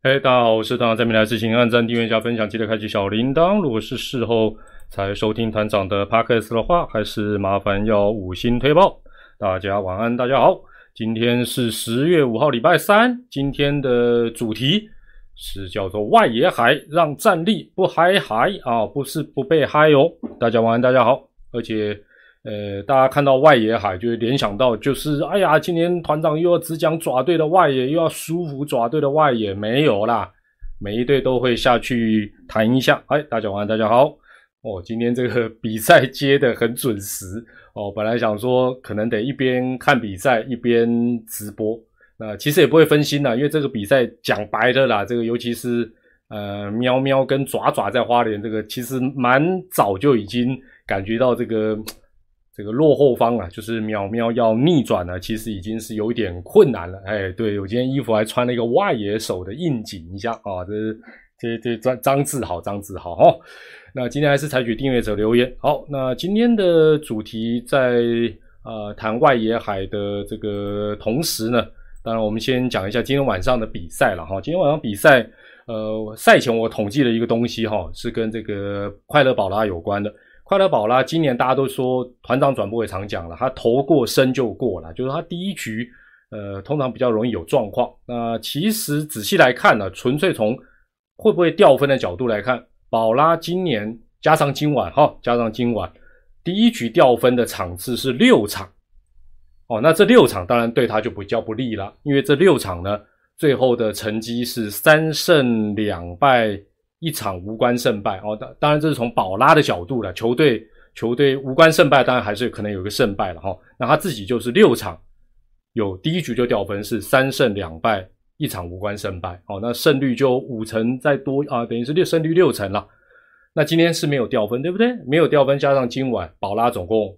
大家好，我是团长，在未来事情按赞、订阅加分享，记得开启小铃铛。如果是事后才收听团长的 Podcast 的话，还是麻烦要5星推爆。大家晚安，大家好。今天是10月5号，礼拜三。今天的主题是叫做外野海，让战力不嗨海啊，不是不被嗨哦。大家晚安，大家好。而且大家看到外野海就会联想到，就是哎呀，今年团长又要只讲爪队的外野，又要舒服爪队的外野，没有啦，每一队都会下去谈一下。大家晚安，大家好。今天这个比赛接得很准时本来想说可能得一边看比赛一边直播，那其实也不会分心啦，因为这个比赛讲白的啦，这个尤其是喵喵跟爪爪在花莲，这个其实蛮早就已经感觉到这个落后方啊，就是喵喵要逆转了，其实已经是有一点困难了。对，我今天衣服还穿了一个外野手的应景一下啊，这张志豪那今天还是采取订阅者留言。好，那今天的主题在谈外野海的这个同时呢，当然我们先讲一下今天晚上的比赛了哈。今天晚上比赛赛前我统计了一个东西是跟这个快乐宝拉有关的。快乐宝拉今年大家都说，团长转播也常讲了，他投过身就过了，就是他第一局通常比较容易有状况。那其实仔细来看呢，纯粹从会不会掉分的角度来看，宝拉今年加上今晚第一局掉分的场次是6场那这6场当然对他就比较不利了，因为这6场呢最后的成绩是3胜2败1场无关胜败当然这是从宝拉的角度了，球队无关胜败当然还是可能有个胜败了那他自己就是6场有第一局就掉分是3胜2败1场无关胜败那胜率就5成再多等于是胜率6成了。那今天是没有掉分对不对？没有掉分加上今晚宝拉总共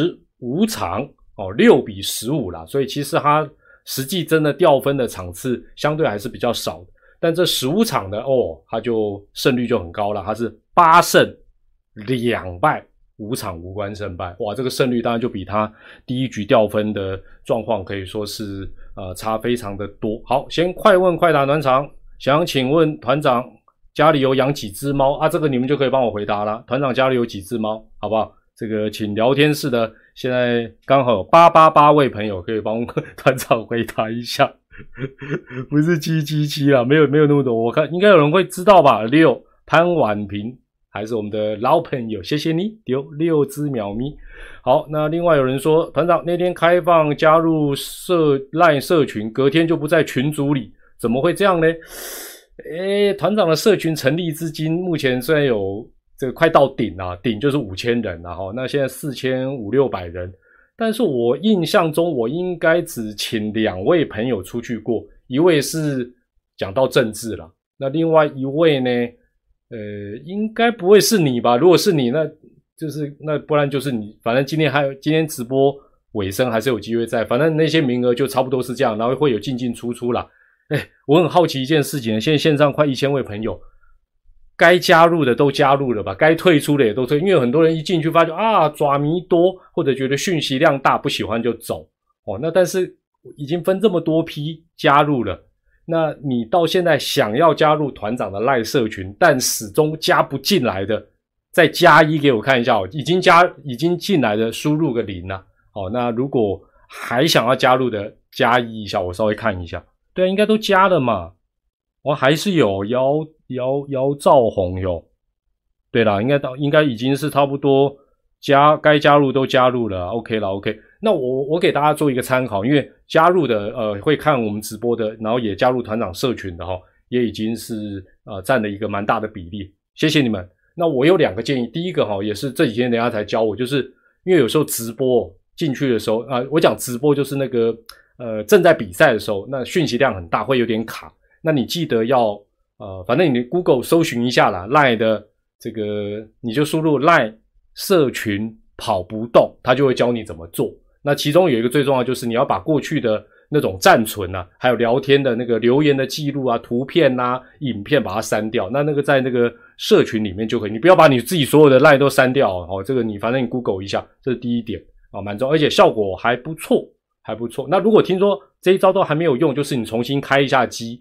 15场6比15啦，所以其实他实际真的掉分的场次相对还是比较少的，但这15场的他就胜率就很高了，他是8胜2败5场无关胜败。哇，这个胜率当然就比他第一局掉分的状况可以说是差非常的多。好，先快问快答暖场，想请问团长家里有养几只猫这个你们就可以帮我回答啦。团长家里有几只猫好不好？这个请聊天室的现在刚好有888位朋友可以帮团长回答一下不是777啦，没有那么多，我看应该有人会知道吧。6潘婉平还是我们的老朋友，谢谢你丢6只喵咪。好，那另外有人说团长那天开放加入LINE 社群，隔天就不在群组里，怎么会这样呢？团长的社群成立至今目前虽然有这个快到顶就是5000人那现在4500-600人，但是我印象中我应该只请2位朋友出去过，一位是讲到政治啦，那另外一位呢应该不会是你吧？如果是你那不然就是你，反正今天直播尾声还是有机会在，反正那些名额就差不多是这样，然后会有进出啦。我很好奇一件事情，现在线上快1000位朋友，该加入的都加入了吧，该退出的也都退，因为有很多人一进去发觉爪迷多，或者觉得讯息量大不喜欢就走那但是已经分这么多批加入了，那你到现在想要加入团长的LINE社群但始终加不进来的，再加1给我看一下已经进来的输入个0啦那如果还想要加入的加1一下，我稍微看一下。对应该都加了嘛还是有姚兆宏有，对啦，应该已经是差不多该加入都加入了 OK 啦 OK。 那我给大家做一个参考，因为加入的会看我们直播的，然后也加入团长社群的也已经是占了一个蛮大的比例，谢谢你们。那我有2个建议，第一个也是这几天人家才教我，就是因为有时候直播进去的时候我讲直播就是那个正在比赛的时候，那讯息量很大，会有点卡。那你记得要反正你 Google 搜寻一下啦 ，LINE 的这个你就输入 LINE 社群跑不动，它就会教你怎么做。那其中有一个最重要就是你要把过去的那种暂存还有聊天的那个留言的记录图片影片把它删掉。那个在那个社群里面就可以，你不要把你自己所有的 LINE 都删掉这个反正你 Google 一下，这是第一点蛮重要，而且效果还不错。那如果听说这一招都还没有用，就是你重新开一下机，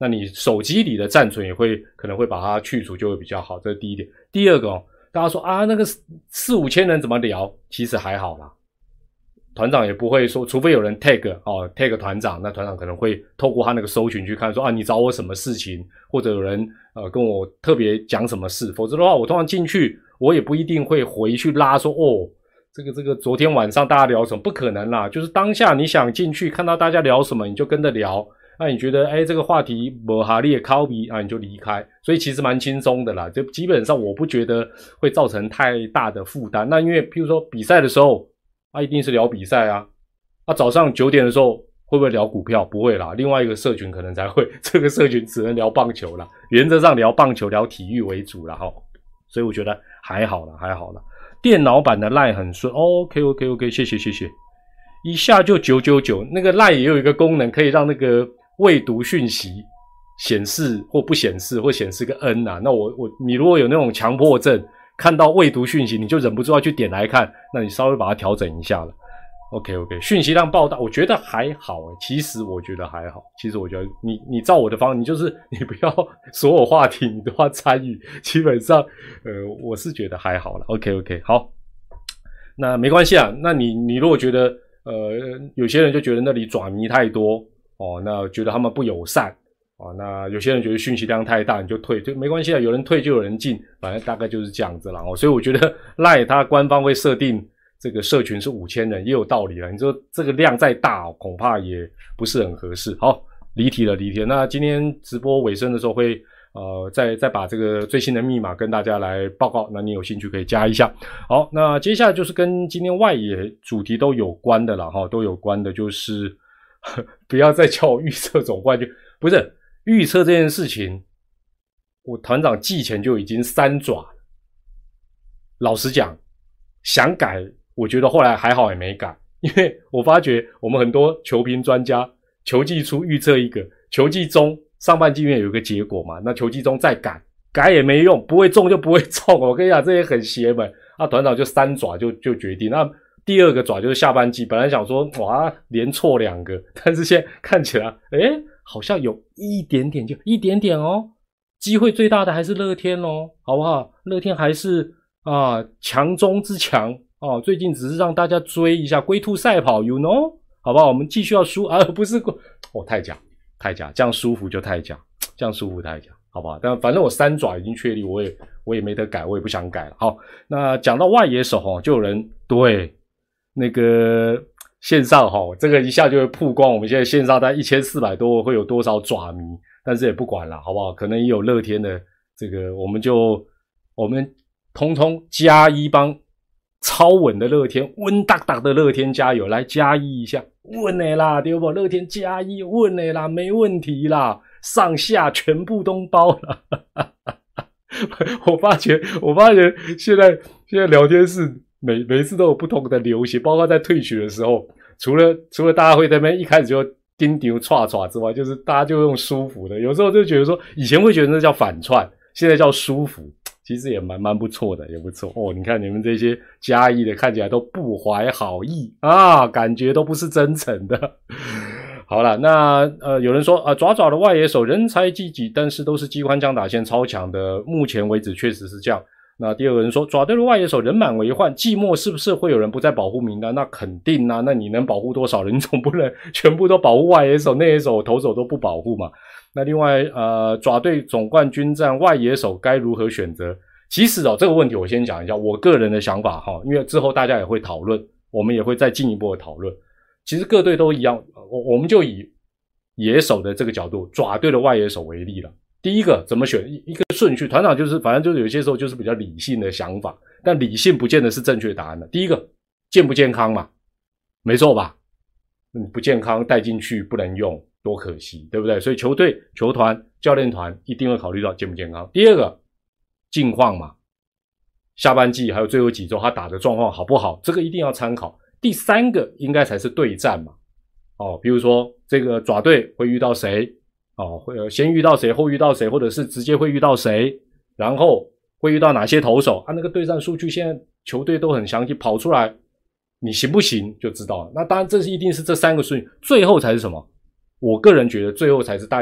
那你手机里的暂存也会可能会把它去除，就会比较好，这是第一点。第二个大家说啊，那个4-5千人怎么聊？其实还好啦，团长也不会说，除非有人 tag 团长，那团长可能会透过他那个搜寻去看说啊，你找我什么事情，或者有人跟我特别讲什么事，否则的话我通常进去我也不一定会回去拉说这个昨天晚上大家聊什么，不可能啦，就是当下你想进去看到大家聊什么你就跟着聊，那你觉得这个话题不合你的口味你就离开，所以其实蛮轻松的啦，就基本上我不觉得会造成太大的负担。那因为譬如说比赛的时候一定是聊比赛啊，早上9点的时候会不会聊股票？不会啦，另外一个社群可能才会，这个社群只能聊棒球啦，原则上聊棒球聊体育为主啦所以我觉得还好啦。电脑版的 LINE 很顺，OK， 谢谢，一下就999，那个 LINE 也有一个功能可以让那个未读讯息显示或不显示，或显示个 N 啊，那你如果有那种强迫症，看到未读讯息你就忍不住要去点来看，那你稍微把它调整一下了。OK， 讯息量爆大，我觉得还好其实我觉得还好，其实我觉得你照我的方，你就是你不要所有话题你都要参与，基本上我是觉得还好了。OK， 好，那没关系啊，那你如果觉得有些人就觉得那里爪迷太多那觉得他们不友善那有些人觉得讯息量太大，你就退，就没关系啊，有人退就有人进，反正大概就是这样子啦所以我觉得 LINE 它官方会设定这个社群是5000人也有道理啦，你说这个量再大恐怕也不是很合适。好，离题了。那今天直播尾声的时候会再把这个最新的密码跟大家来报告，那你有兴趣可以加一下。好，那接下来就是跟今天外野主题都有关的啦都有关的就是不要再叫我预测总冠军，不是预测这件事情，我团长季前就已经3爪了。老实讲，想改，我觉得后来还好也没改，因为我发觉我们很多球评专家，球季初预测一个，球季中上半季面有一个结果嘛，那球季中再改也没用，不会中就不会中。我跟你讲，这也很邪门。团长就3爪就决定。那第2个爪就是下半季，本来想说哇连错2个，但是现在看起来好像有一点点，就一点点机会最大的还是乐天好不好？乐天还是强中之强最近只是让大家追一下龟兔赛跑 you know， 好不好？我们继续要输而不是太假，这样舒服就太假，好不好？但反正我3爪已经确立，我也没得改，我也不想改了。好，那讲到外野手就有人对那个线上这个一下就会曝光，我们现在线上大概1400多会有多少爪迷，但是也不管了，好不好？可能也有乐天的这个，我们通通加一帮超稳的乐天，稳当当的乐天加油，来加一下，稳的啦，对不？乐天加一，稳的啦，没问题啦，上下全部都包了。我发觉现在聊天室每一次都有不同的流行，包括在退群的时候，除了大家会在那边一开始就叮叮唰唰之外，就是大家就用舒服的，有时候就觉得说以前会觉得那叫反串，现在叫舒服。其实也蛮不错的，也不错你看你们这些加一的看起来都不怀好意感觉都不是真诚的。好了，那有人说爪爪的外野手人才济济，但是都是机关枪打线超强的，目前为止确实是这样。那第二个人说爪队的外野手人满为患，季末是不是会有人不在保护名单？那肯定啊，那你能保护多少人？你总不能全部都保护外野手、内野手、投手都不保护嘛。那另外爪队总冠军战外野手该如何选择？其实这个问题我先讲一下我个人的想法因为之后大家也会讨论，我们也会再进一步的讨论。其实各队都一样，我们就以野手的这个角度，爪队的外野手为例了。第一个怎么选一个顺序，团长就是反正就是有些时候就是比较理性的想法，但理性不见得是正确答案的。第一个健不健康嘛，没错吧？不健康带进去不能用，多可惜，对不对？所以球队、球团、教练团一定会考虑到健不健康。第二个近况嘛，下半季还有最后几周他打的状况好不好，这个一定要参考。第3个应该才是对战嘛，比如说这个爪队会遇到谁会先遇到谁，后遇到谁，或者是直接会遇到谁，然后会遇到哪些投手那个对战数据现在球队都很详细跑出来，你行不行就知道了。那当然这一定是这3个顺序，最后才是什么？我个人觉得最后才是大家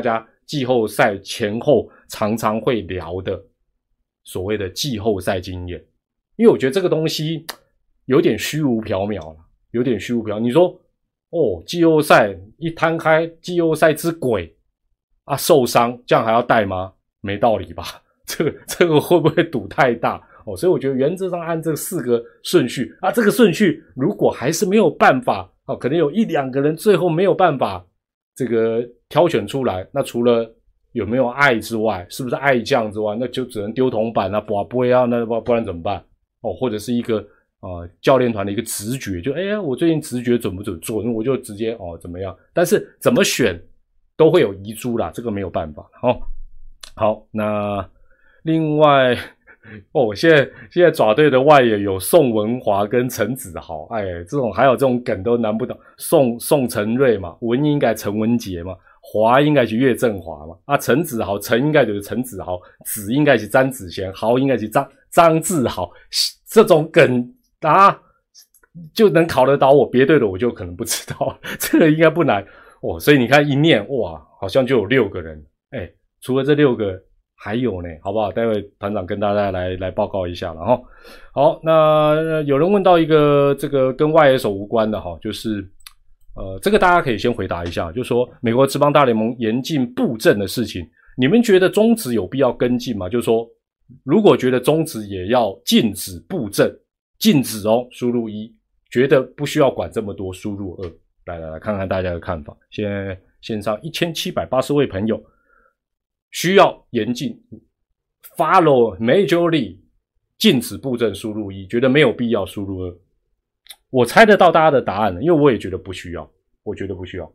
季后赛前后常常会聊的所谓的季后赛经验。因为我觉得这个东西有点虚无缥缈了，有点虚无缥缈。你说季后赛一摊开，季后赛之鬼啊受伤，这样还要带吗？没道理吧？这个会不会赌太大？所以我觉得原则上按这4个顺序啊，这个顺序如果还是没有办法可能有1-2个人最后没有办法这个挑选出来，那除了有没有爱之外，是不是爱将之外，那就只能丢铜板啊，不会啊，那不然怎么办？或者是一个教练团的一个直觉，就我最近直觉准不准做，我就直接怎么样？但是怎么选都会有遗珠啦，这个没有办法。好，那另外现在爪队的外野有宋文华跟陈子豪，这种还有这种梗都难不倒。宋承瑞嘛，文应该陈文杰嘛，华应该是岳振华嘛，陈子豪陈应该就是陈子豪，子应该是詹子贤，豪应该是张志豪，这种梗就能考得倒我，别队的我就可能不知道，这个应该不难所以你看一念好像就有6个人，除了这6个还有呢，好不好？待会团长跟大家来报告一下了齁。好，那有人问到一个这个跟外野手无关的就是这个大家可以先回答一下，就是说美国职棒大联盟严禁布阵的事情，你们觉得中职有必要跟进吗？就是说如果觉得中职也要禁止布阵，禁止输入1，觉得不需要管这么多，输入2。来看看大家的看法。现在线上1780位朋友，需要严禁 follow Major League 禁止布阵，输入1，觉得没有必要，输入2。我猜得到大家的答案了，因为我也觉得不需要，我觉得不需要。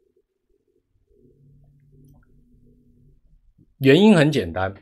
原因很简单，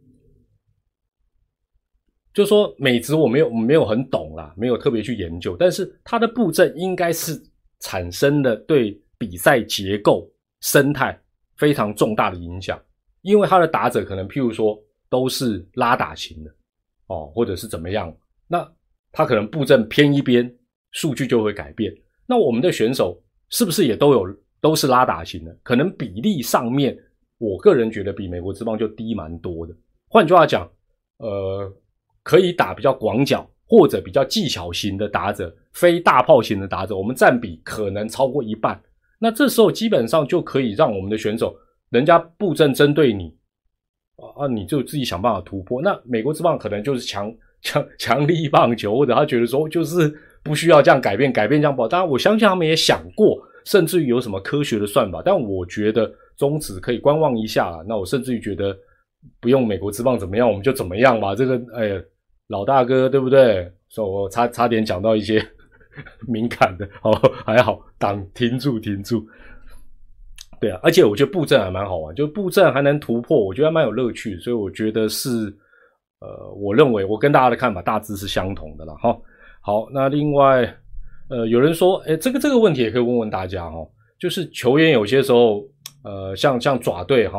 就是说美职我没有很懂啦，没有特别去研究，但是它的布阵应该是产生了对比赛结构生态非常重大的影响，因为他的打者可能譬如说都是拉打型的或者是怎么样，那他可能布阵偏一边，数据就会改变。那我们的选手是不是也都是拉打型的？可能比例上面我个人觉得比美国职棒就低蛮多的。换句话讲可以打比较广角或者比较技巧型的打者，非大炮型的打者，我们占比可能超过一半。那这时候基本上就可以让我们的选手，人家布阵针对你你就自己想办法突破。那美国职棒可能就是强力棒球，或者他觉得说就是不需要这样改变这样不好。当然我相信他们也想过，甚至于有什么科学的算法，但我觉得中职可以观望一下啦。那我甚至于觉得不用美国职棒怎么样我们就怎么样吧，这个老大哥对不对？所以我差点讲到一些敏感的还好停住。对啊，而且我觉得布阵还蛮好玩，就布阵还能突破，我觉得还蛮有乐趣，所以我觉得是我认为我跟大家的看法大致是相同的啦好，那另外有人说这个问题也可以问问大家就是球员有些时候像爪队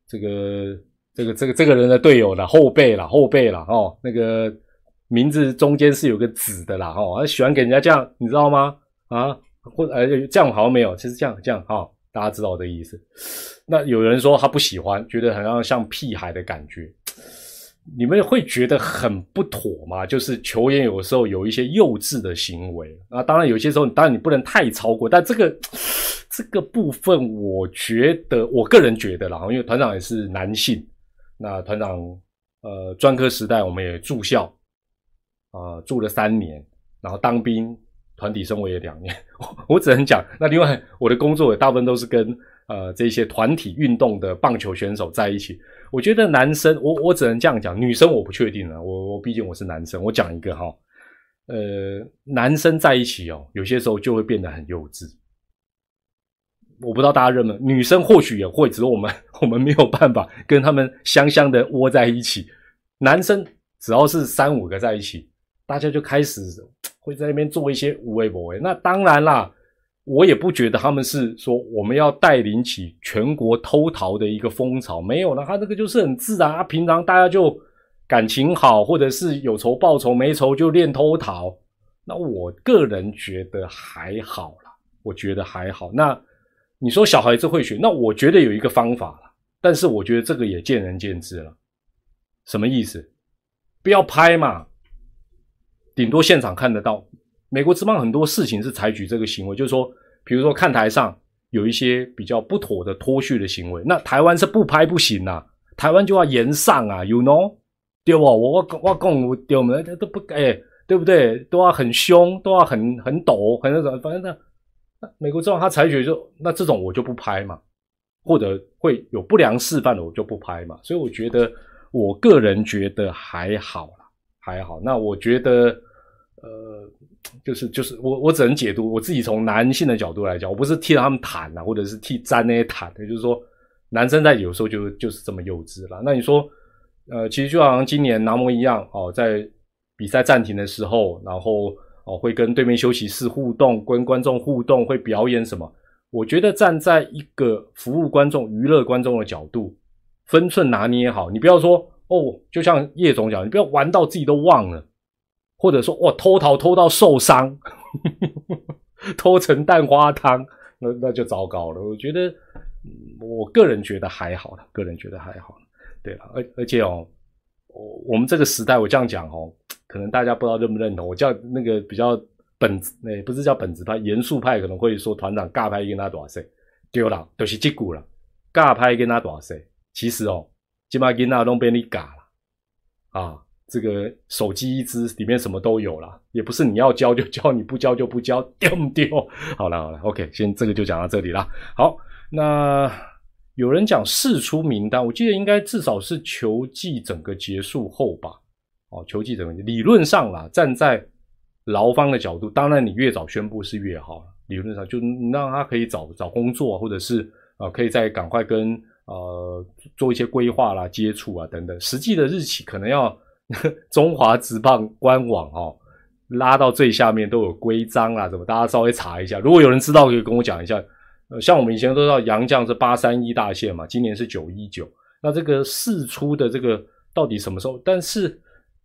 这个人的队友啦，后辈啦那个名字中间是有个子的啦他喜欢给人家这样，你知道吗？或这样好像没有，其实这样大家知道我的意思。那有人说他不喜欢，觉得好像屁孩的感觉，你们会觉得很不妥吗？就是球员有时候有一些幼稚的行为当然有些时候当然你不能太超过，但这个部分我个人觉得啦，因为团长也是男性，那团长专科时代我们也住校住了3年，然后当兵团体生活也2年我只能讲，那另外我的工作也大部分都是跟这些团体运动的棒球选手在一起。我觉得男生我只能这样讲，女生我不确定了，我毕竟我是男生，我讲一个男生在一起有些时候就会变得很幼稚。我不知道大家认为女生或许也会，只是我们没有办法跟他们香香的窝在一起。男生只要是3-5个在一起，大家就开始会在那边做一些无为不为。那当然啦，我也不觉得他们是说我们要带领起全国偷桃的一个风潮，没有啦，他这个就是很自然平常大家就感情好，或者是有仇报仇，没仇就练偷桃。那我个人觉得还好啦，我觉得还好。那你说小孩子会学，那我觉得有一个方法啦， 但是我觉得这个也见仁见智了。什么意思？不要拍嘛，顶多现场看得到。美国职棒很多事情是采取这个行为，就是说比如说看台上有一些比较不妥的脱序的行为，那台湾是不拍不行啊，台湾就要严上啊 ，you know， 对不？我讲对我们都不对不对？都要很凶，都要很陡，很那种，反正那美国职棒他采取就那这种我就不拍嘛，或者会有不良示范的我就不拍嘛，所以我觉得我个人觉得还好啦，还好。那我觉得就是我只能解读我自己从男性的角度来讲，我不是替他们谈啊，或者是替詹那些谈，也就是说男生在有时候就是这么幼稚啦。那你说其实就好像今年南盟一样在比赛暂停的时候，然后会跟对面休息室互动，跟观众互动，会表演什么。我觉得站在一个服务观众、娱乐观众的角度，分寸拿捏好。你不要说就像叶总讲，你不要玩到自己都忘了，或者说偷桃偷到受伤，偷成蛋花汤，那就糟糕了。我觉得我个人觉得还好了，对了，而且我们这个时代，我这样讲可能大家不知道认不认同。我叫那个比较不是叫本质派，严肃派可能会说团长尬拍跟他多少岁，对啦，就是这句啦，尬拍跟他多少岁。其实现在跟他都被你尬了啊，这个手机一支里面什么都有啦，也不是你要教就教，你不教就不教，丢不丢？好了 ，OK， 先这个就讲到这里啦。好，那有人讲释出名单，我记得应该至少是球季整个结束后吧。球季整个理论上啦，站在劳方的角度，当然你越早宣布是越好，理论上就让他可以找工作，或者是可以再赶快跟做一些规划啦、接触啊等等。实际的日期可能要中华职棒官网拉到最下面都有规章啦，什么大家稍微查一下。如果有人知道可以跟我讲一下。像我们以前都知道洋将是831大线嘛，今年是919。那这个释出的这个到底什么时候？但是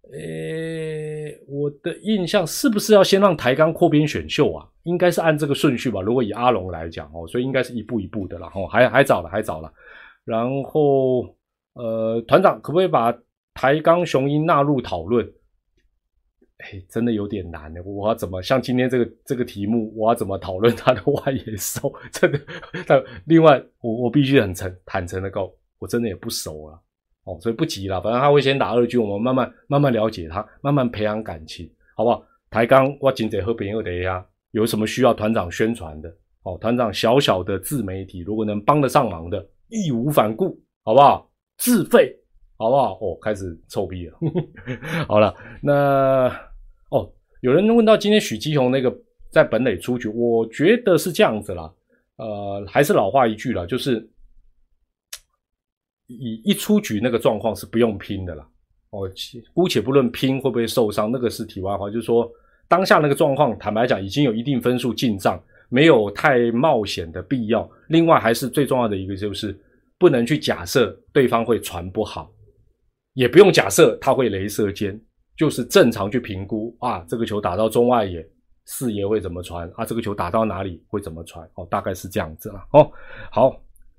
我的印象是不是要先让台钢扩编选秀啊？应该是按这个顺序吧，如果以阿龙来讲所以应该是一步一步的啦还早了。然后团长可不可以把台钢雄鹰纳入讨论？真的有点难的，我要怎么像今天这个题目，我要怎么讨论他的外野手？真的，但另外我必须很坦诚的告，我真的也不熟了所以不急啦，反正他会先打2军，我们慢慢了解他，慢慢培养感情，好不好？台钢我真的好朋友的呀，有什么需要团长宣传的团长小的自媒体，如果能帮得上忙的，义无反顾，好不好？自费，好不好？开始臭屁了。好了，那有人问到今天许基宏那个在本垒出局，我觉得是这样子啦，还是老话一句啦，就是一出局那个状况是不用拼的啦。姑且不论拼会不会受伤，那个是题外话，就是说当下那个状况，坦白讲已经有一定分数进账，没有太冒险的必要。另外还是最重要的一个就是不能去假设对方会传不好，也不用假设他会雷射肩。就是正常去评估这个球打到中外野四野会怎么传这个球打到哪里会怎么传大概是这样子啦好，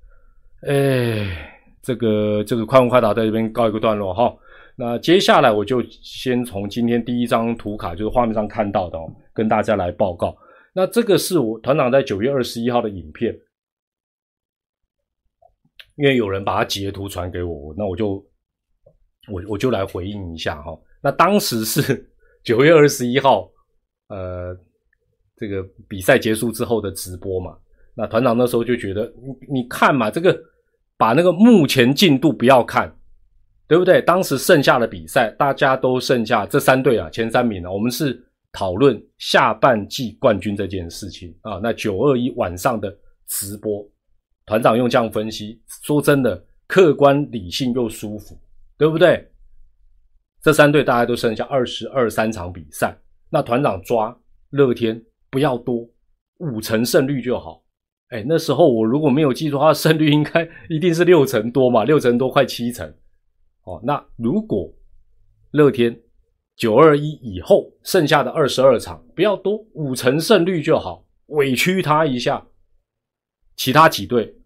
这个快问快答在这边告一个段落那接下来我就先从今天第一张图卡，就是画面上看到的跟大家来报告。那这个是我团长在9月21号的影片，因为有人把它截图传给我，那我就来回应一下那当时是9月21号这个比赛结束之后的直播嘛，那团长那时候就觉得你看嘛，这个把那个目前进度不要看，对不对？当时剩下的比赛大家都剩下这3队前3名我们是讨论下半季冠军这件事情那921晚上的直播，团长用这样分析，说真的客观理性又舒服，对不对？这3队大概都剩下23场比赛，那团长抓乐天不要多，5成胜率就好。那时候我如果没有记错，他的胜率应该一定是6成多嘛，6成多快7成。那如果乐天921以后剩下的22场不要多，5成胜率就好，委屈他一下，其他几队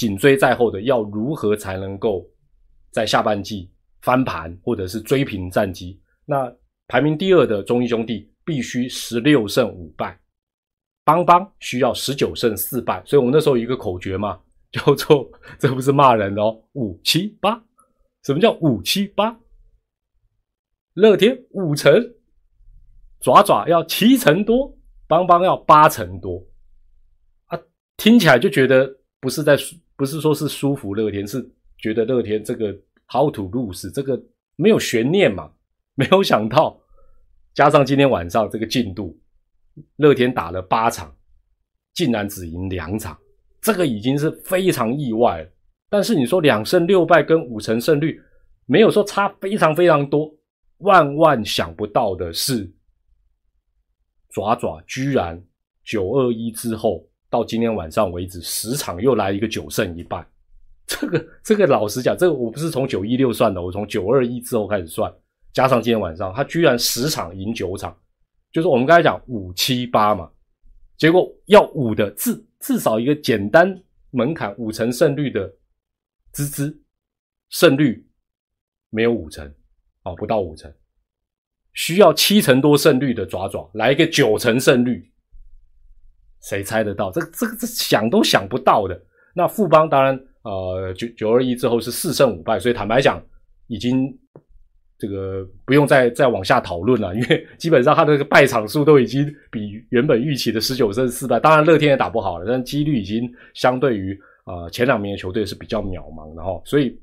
紧追在后的要如何才能够在下半季翻盘或者是追平战绩。那排名第2的中义兄弟必须16胜5败，邦邦需要19胜4败，所以我们那时候有一个口诀嘛，叫做这不是骂人哦，578。什么叫578？乐天5成，爪爪要7成多，邦邦要8成多啊，听起来就觉得不是说是舒服乐天，是觉得乐天这个 how to lose 这个没有悬念嘛，没有想到加上今天晚上这个进度，乐天打了8场，竟然只赢2场，这个已经是非常意外了。但是你说2胜6败跟5成胜率没有说差非常非常多，万万想不到的是爪爪居然921之后到今天晚上为止10场又来一个9胜1败，这个老实讲，这个我不是从916算的，我从921之后开始算，加上今天晚上他居然10场赢9场，就是我们刚才讲578嘛，结果要5的至少一个简单门槛5成胜率的滋滋胜率没有5成哦，不到5成，需要7成多胜率的爪爪来一个9成胜率，谁猜得到？这想都想不到的。那富邦当然921之后是4胜5败，所以坦白讲已经这个不用再往下讨论了，因为基本上他的败场数都已经比原本预期的19胜4败，当然乐天也打不好了，但几率已经相对于前2名的球队是比较渺茫的齁，所以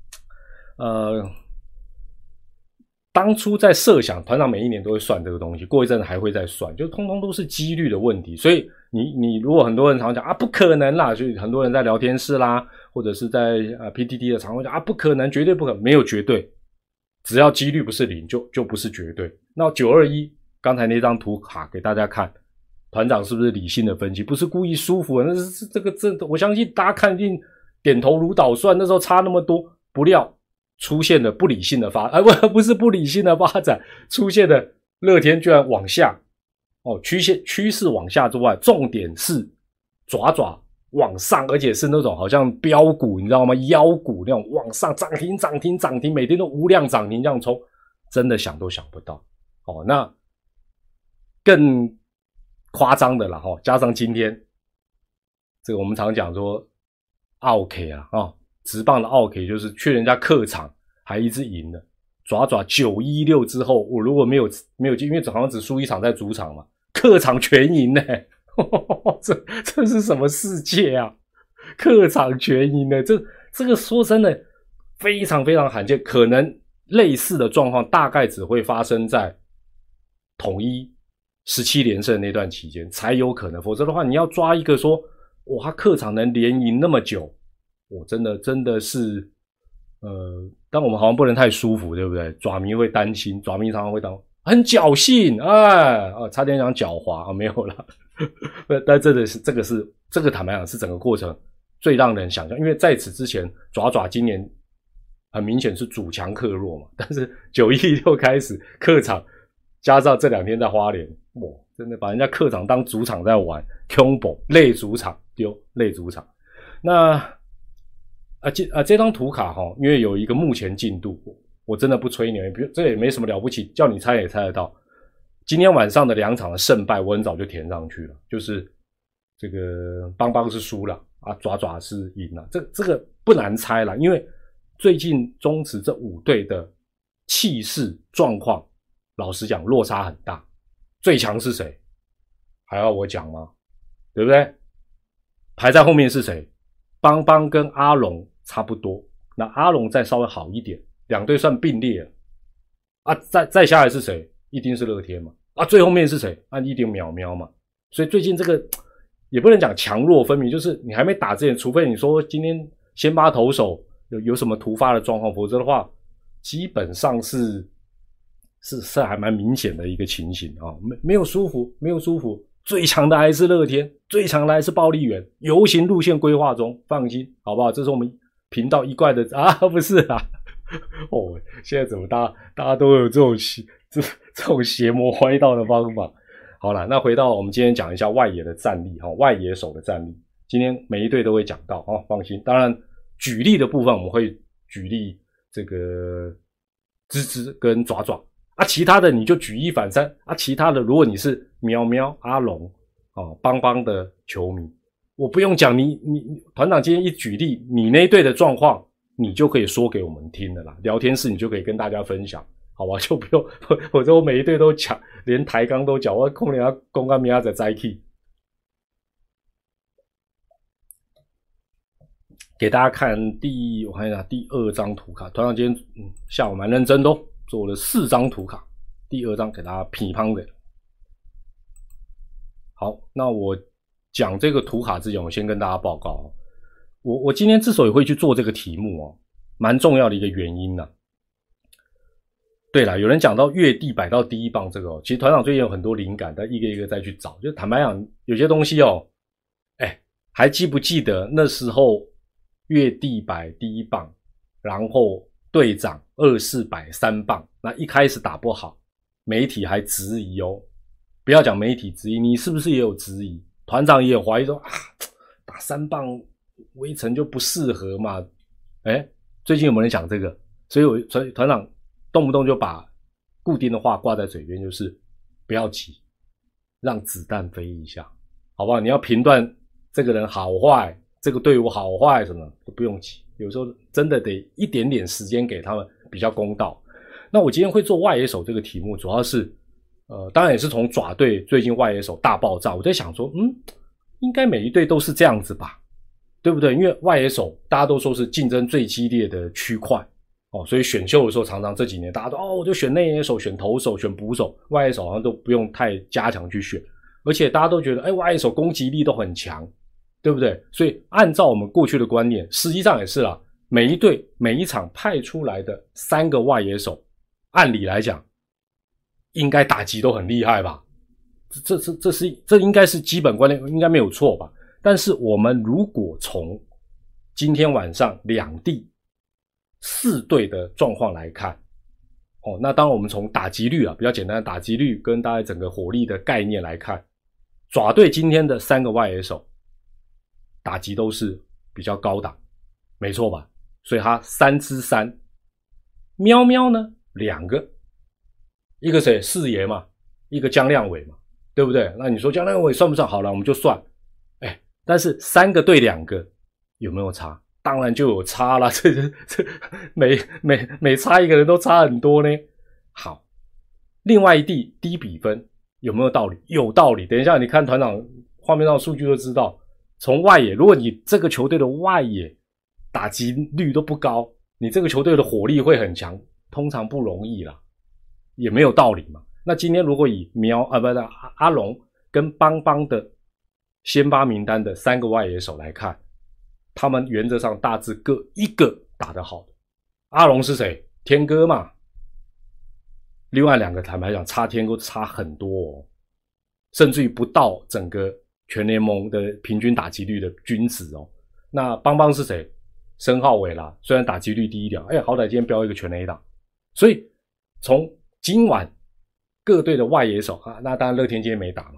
当初在设想，团长每一年都会算这个东西，过一阵子还会再算，就通通都是几率的问题。所以你如果很多人常讲不可能啦，所以很多人在聊天室啦，或者是在PTT 的常会讲不可能，绝对不可能，没有绝对，只要几率不是0就不是绝对。那921刚才那张图卡给大家看，团长是不是理性的分析？不是故意舒服，那是这我相信大家看一定点头如捣蒜，那时候差那么多，不料出现了不理性的不是不理性的发展，出现了乐天居然往下趋势往下之外，重点是爪爪往上，而且是那种好像标股你知道吗，妖股那种往上涨停，每天都无量涨停这样冲，真的想都想不到那更夸张的啦加上今天这个我们常讲说奥 K 职棒的奥 K 就是去人家客场还一直赢了，爪爪916之后，我如果没有因为好像只输1场在主场嘛，客场全赢这是什么世界啊？客场全赢这个说真的非常非常罕见，可能类似的状况大概只会发生在统一17连胜那段期间才有可能，否则的话你要抓一个说他客场能连赢那么久，真的是但我们好像不能太舒服，对不对？爪迷会担心，爪迷常常会很侥幸差点讲狡猾没有啦但真的是这个坦白讲是整个过程最让人想象，因为在此之前爪爪今年很明显是主强客弱嘛，但是916开始客场加上这2天在花莲，真的把人家客场当主场在玩 combo 类主场丢类主场。那这张图卡因为有一个目前进度，我真的不吹牛，这也没什么了不起，叫你猜也猜得到。今天晚上的2场的胜败我很早就填上去了，就是这个邦邦是输了爪爪是赢了，这个不难猜啦，因为最近中职这5队的气势状况老实讲落差很大，最强是谁还要我讲吗？对不对？排在后面是谁？邦邦跟阿龙差不多，那阿龙再稍微好一点，2队算并列了再下来是谁？一定是乐天嘛最后面是谁？一定喵喵嘛。所以最近这个也不能讲强弱分明，就是你还没打之前，除非你说今天先发投手有什么突发的状况，否则的话基本上是还蛮明显的一个情形没有舒服，最强的还是乐天，最强的还是暴力猿，游行路线规划中，放心好不好？这是我们频道一贯的不是现在怎么大家都有这种邪魔歪道的方法。好啦，那回到我们今天讲一下外野的战力外野手的战力。 今天每一队都会讲到哦，放心。当然，举例的部分我们会举例这个芝芝跟爪爪啊，其他的你就举一反三啊。其他的如果你是喵喵、阿龙哦、邦邦的球迷，我不用讲，你团长今天一举例，你那一队的状况，你就可以说给我们听了啦。聊天室你就可以跟大家分享，好吧？就不用我说我每一队都讲，连台钢都讲，我空连他公干明仔再去。给大家看我看一下第2张图卡，团长今天下午蛮认真的哦，做了4张图卡，第2张给大家乒乓的。好，那我讲这个图卡之前，我先跟大家报告哦，我今天之所以会去做这个题目哦，蛮重要的一个原因呢。对啦，有人讲到月地摆到第1棒这个哦，其实团长最近有很多灵感，但一个一个再去找。就坦白讲，有些东西哦，还记不记得那时候月地摆第1棒，然后队长24摆3棒，那一开始打不好，媒体还质疑哦。不要讲媒体质疑，你是不是也有质疑？团长也有怀疑说打3棒围城就不适合嘛？最近有没有人讲这个？所以团长动不动就把固定的话挂在嘴边，就是不要急，让子弹飞一下，好不好？你要评断这个人好坏，这个队伍好坏什么都不用急，有时候真的得一点点时间给他们比较公道。那我今天会做外野手这个题目，主要是当然也是从爪队最近外野手大爆炸，我在想说应该每一队都是这样子吧，对不对？因为外野手大家都说是竞争最激烈的区块哦，所以选秀的时候常常这几年大家都我就选内野手、选投手、选捕手，外野手好像都不用太加强去选，而且大家都觉得外野手攻击力都很强，对不对？所以按照我们过去的观念，实际上也是啦，每一队每一场派出来的3个外野手，按理来讲应该打击都很厉害吧？这应该是基本观念，应该没有错吧？但是我们如果从今天晚上两地4队的状况来看，那当然我们从打击率比较简单的打击率跟大概整个火力的概念来看，爪队今天的3个外野手打击都是比较高档，没错吧？所以他3支3，喵喵呢2个，一个谁四爷嘛，一个江亮伟嘛，对不对？那你说江亮伟算不算？好了，我们就算。但是3个对2个有没有差？当然就有差啦，这每差一个人都差很多呢。好，另外一地低比分有没有道理？有道理。等一下你看团长画面上的数据就知道，从外野，如果你这个球队的外野打击率都不高，你这个球队的火力会很强，通常不容易啦，也没有道理嘛。那今天如果以阿龙跟邦邦的先发名单的3个外野手来看，他们原则上大致各一个打得好的。阿龙是谁？天哥嘛。另外2个坦白讲差天哥差很多哦，甚至于不到整个全联盟的平均打击率的均值哦。那邦邦是谁？申浩伟啦，虽然打击率低一点，好歹今天标一个全垒打。所以从今晚各队的外野手那当然乐天今天没打嘛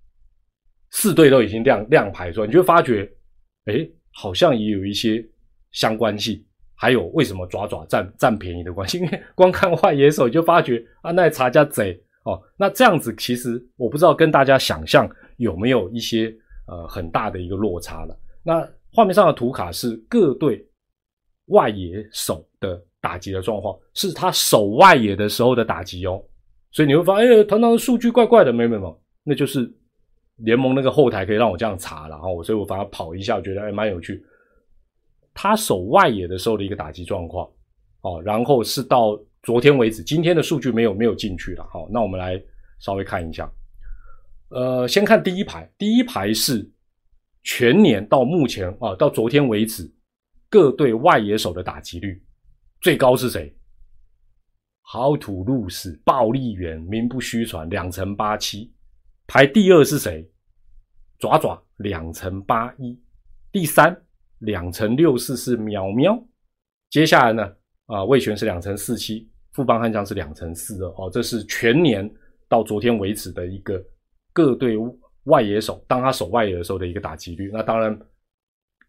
4队都已经亮牌出来，你就会发觉好像也有一些相关性，还有为什么爪爪占便宜的关系，因为光看外野手你就发觉那查家贼那这样子其实我不知道跟大家想象有没有一些很大的一个落差了。那画面上的图卡是各队外野手的打击的状况，是他守外野的时候的打击哦。所以你会发现团长的数据怪怪的，没，那就是联盟那个后台可以让我这样查啦，所以我反而跑一下，我觉得蛮有趣。他守外野的时候的一个打击状况然后是到昨天为止，今天的数据没有进去了。好，那我们来稍微看一下。先看第一排是全年到目前到昨天为止各队外野手的打击率最高是谁？好土路士暴力猿名不虚传2.87%，排第2是谁？爪爪2.81%，第32.64%是喵喵，接下来呢味全是2.47%，富邦悍将是2.42%这是全年到昨天为止的一个各队外野手当他守外野的时候的一个打击率。那当然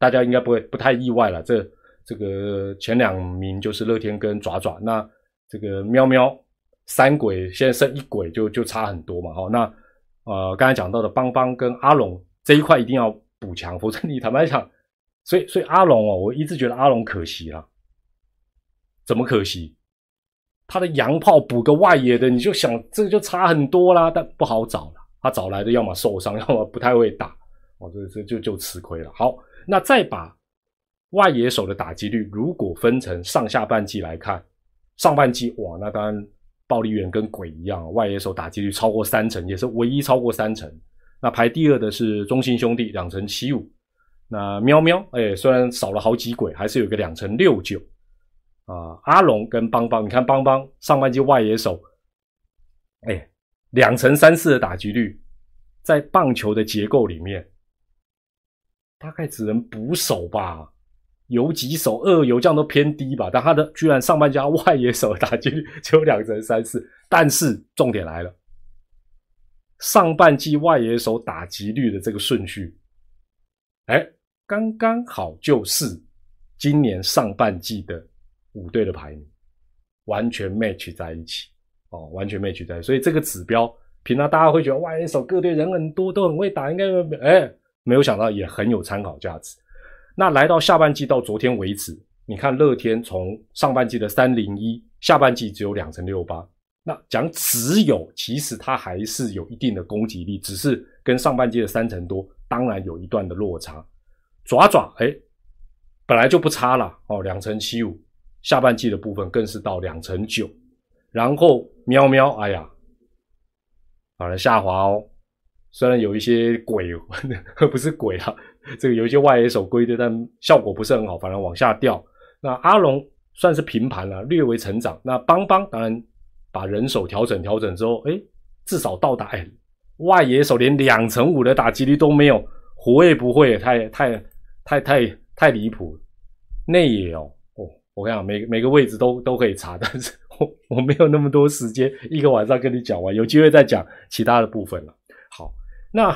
大家应该不太意外了。这个前2名就是乐天跟爪爪，那这个喵喵3鬼现在剩1鬼就差很多嘛。那刚才讲到的邦邦跟阿龙这一块一定要补强，否则你坦白讲，所以阿龙我一直觉得阿龙可惜啦。怎么可惜？他的洋炮补个外野的，你就想这个就差很多啦，但不好找了。他找来的要么受伤，要么不太会打，这就吃亏了。好，那再把外野手的打击率如果分成上下半季来看，上半季哇，那当然暴力猿跟鬼一样，外野手打击率超过30%，也是唯一超过30%。那排第2的是中信兄弟2.75%，那喵喵虽然少了好几鬼，还是有个2.69%。阿龙跟邦邦，你看邦邦上半季外野手2.34%的打击率，在棒球的结构里面大概只能捕手吧，游击手、二游这样都偏低吧，但他的居然上半季外野手的打击率只有2.34%。但是重点来了，上半季外野手打击率的这个顺序刚刚好就是今年上半季的5队的排名完全 match 在一起完全 match 在一起。所以这个指标平常大家会觉得外野手各队人很多都很会打，应该没有想到也很有参考价值。那来到下半季到昨天为止，你看乐天从上半季的301，下半季只有2.68%。那讲只有，其实它还是有一定的攻击力，只是跟上半季的3成多当然有一段的落差。爪爪本来就不差啦2.75%，下半季的部分更是到2.9%。然后喵喵好了下滑虽然有一些鬼不是鬼这个有一些外野手归队，但效果不是很好，反而往下掉。那阿龙算是平盘了，略微成长。那邦邦当然把人手调整之后至少到达外野手连2.5%的打击率都没有，会不会也太离谱？内野我跟你讲每个位置都可以查，但是我没有那么多时间一个晚上跟你讲完，有机会再讲其他的部分了。好，那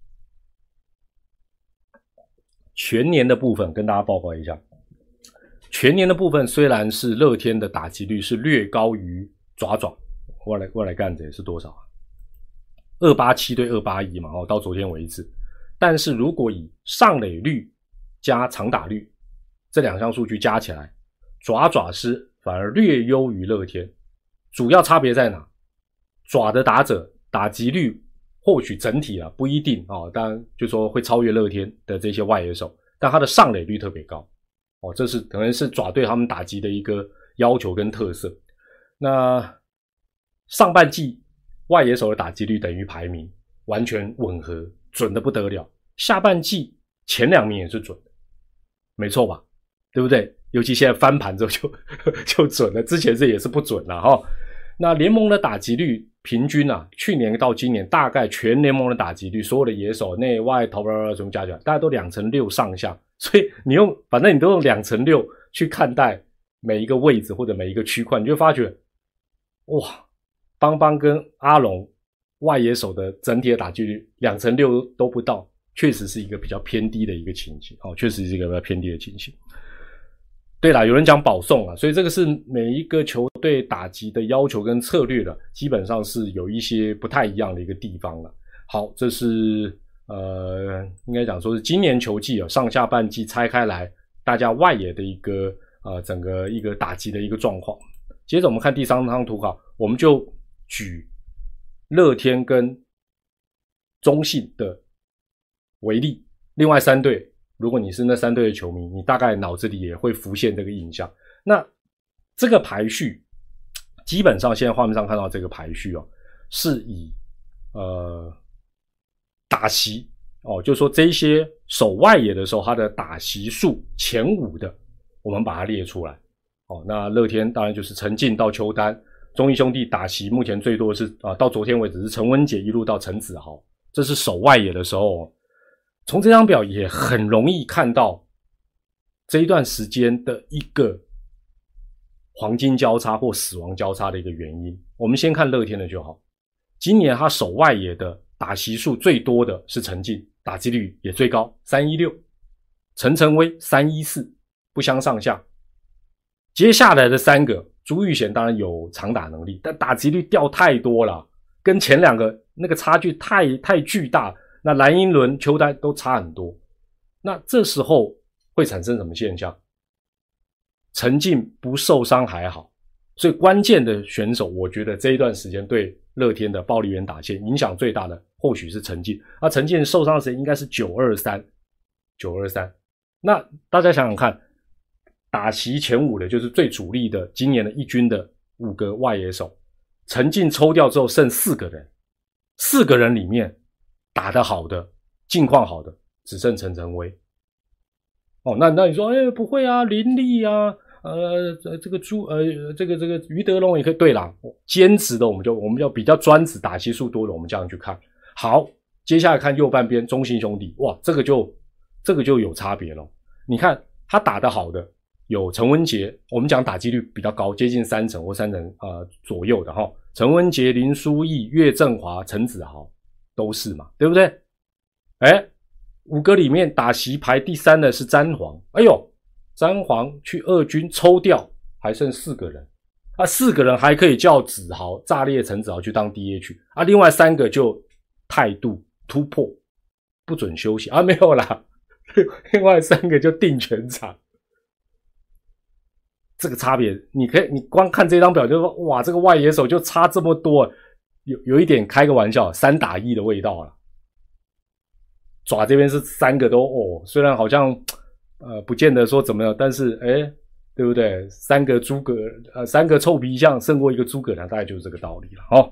全年的部分跟大家报告一下。全年的部分虽然是乐天的打击率是略高于爪爪，我来干这是多少？287对281嘛到昨天为止。但是如果以上垒率加长打率这2项数据加起来，爪爪是反而略优于乐天。主要差别在哪？爪的打者打击率或许整体不一定当然就说会超越乐天的这些外野手，但他的上垒率特别高这是可能是爪对他们打击的一个要求跟特色。那上半季外野手的打击率等于排名完全吻合，准的不得了。下半季前2名也是准的，没错吧？对不对？尤其现在翻盘之后就准了，之前这也是不准了那联盟的打击率平均去年到今年大概全联盟的打击率，所有的野手内外投什么加起来大概都2.6%上下，所以反正你都用2.6%去看待每一个位置或者每一个区块，你就发觉哇，邦邦跟阿龙外野手的整体的打击率2.6%都不到，确实是一个比较偏低的一个情形确实是一个比较偏低的情形。对啦，有人讲保送所以这个是每一个球队打击的要求跟策略基本上是有一些不太一样的一个地方了。好，这是应该讲说是今年球季上下半季拆开来大家外野的一个整个一个打击的一个状况。接着我们看第3张图卡，我们就举乐天跟中信的为例，另外3队如果你是那3队的球迷，你大概脑子里也会浮现这个印象。那这个排序基本上现在画面上看到这个排序是以打席就是说这些守外野的时候他的打席数前5的我们把它列出来那乐天当然就是陈进到邱丹，中义兄弟打席目前最多的是到昨天为止是陈文杰一路到陈子豪，这是守外野的时候从这张表也很容易看到这一段时间的一个黄金交叉或死亡交叉的一个原因。我们先看乐天的就好，今年他守外野的打席数最多的是陈进，打击率也最高316， 陈晨威314，不相上下。接下来的3个，朱玉贤当然有长打能力，但打击率掉太多了，跟前2个那个差距太巨大。那蓝英伦、邱丹都差很多。那这时候会产生什么现象？陈进不受伤还好，所以关键的选手，我觉得这一段时间对乐天的暴力员打线影响最大的，或许是陈进。陈进受伤的时间应该是923。那大家想想看，打席前5的就是最主力的，今年的一军的5个外野手，陈进抽掉之后剩4个人，4个人里面打得好的、近况好的只剩陈晨威。那你说，不会啊，林立啊，这个于德龙也可以。对啦，兼职的我们就比较专职打席数多的，我们这样去看。好，接下来看右半边中信兄弟，哇，这个就有差别咯。你看他打得好的有陈文杰，我们讲打击率比较高，接近30%或30%左右的齁。陈文杰、林书义、岳振华、陈子豪都是嘛，对不对？5个里面打席排第3的是詹皇，詹皇去2军抽掉，还剩4个人，4个人还可以叫子豪、炸裂陈子豪去当 DH 另外3个就态度突破，不准休息没有啦，另外3个就定全场。这个差别，你光看这张表就说，哇，这个外野手就差这么多，有一点开个玩笑，3打1的味道啦。爪这边是3个都虽然好像不见得说怎么样，但是对不对？3个臭皮匠胜过1个诸葛亮，大概就是这个道理了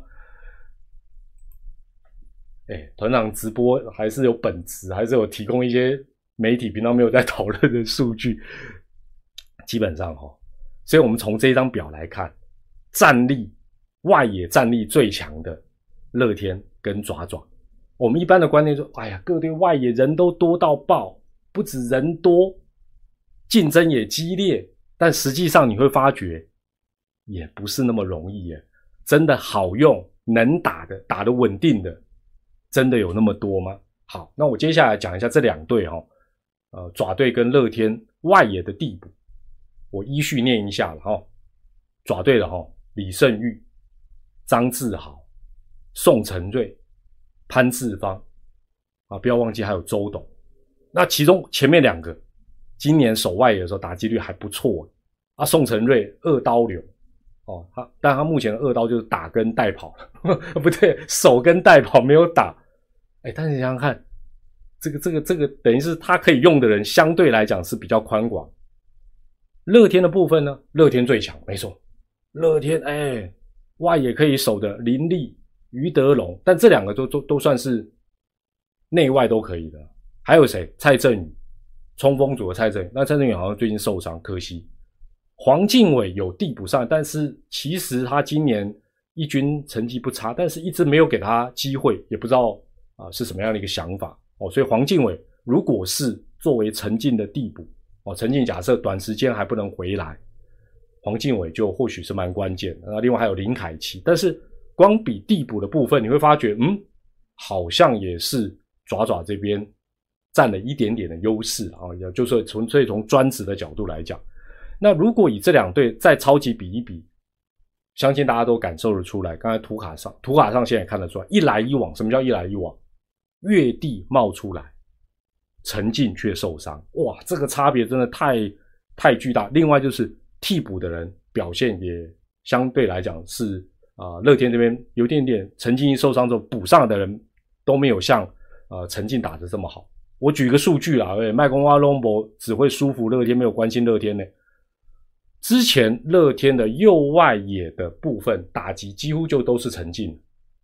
团长直播还是有本质，还是有提供一些媒体频道没有在讨论的数据，基本上所以我们从这张表来看，外野战力最强的乐天跟爪。我们一般的观念说，各队外野人都多到爆，不止人多，竞争也激烈，但实际上你会发觉也不是那么容易耶。真的好用能打的打得稳定的真的有那么多吗？好，那我接下来讲一下这2队爪队跟乐天外野的地补，我依序念一下了爪队的李胜玉、张志豪、宋承瑞、潘志芳不要忘记还有周董。那其中前面2个今年守外野的时候打击率还不错宋承瑞2刀流但他目前的2刀就是打跟带跑不对，守跟带跑没有打但是你想想看，这个等于是他可以用的人相对来讲是比较宽广。乐天的部分呢，乐天最强，没错，乐天外野可以守的林立、于德龙，但这2个都算是内外都可以的。还有谁？蔡振宇，冲锋组的蔡振宇，那蔡振宇好像最近受伤，可惜。黄敬伟有递补上，但是其实他今年一军成绩不差，但是一直没有给他机会，也不知道是什么样的一个想法所以黄敬伟如果是作为陈进的递补陈进假设短时间还不能回来，黄敬伟就或许是蛮关键的。那另外还有林凯奇，但是光比递补的部分，你会发觉好像也是爪这边占了一点点的优势也就是纯粹从专职的角度来讲。那如果以这2队再超级比一比，相信大家都感受得出来，刚才图卡上现在也看得出来，一来一往。什么叫一来一往？月地冒出来，陈进却受伤，哇，这个差别真的太巨大。另外就是替补的人表现也相对来讲是乐天这边有点陈进一受伤之后补上的人都没有像陈进打得这么好。我举个数据啦，麦公蛙龙博只会舒服乐天，没有关心乐天呢。之前乐天的右外野的部分打击几乎就都是陈进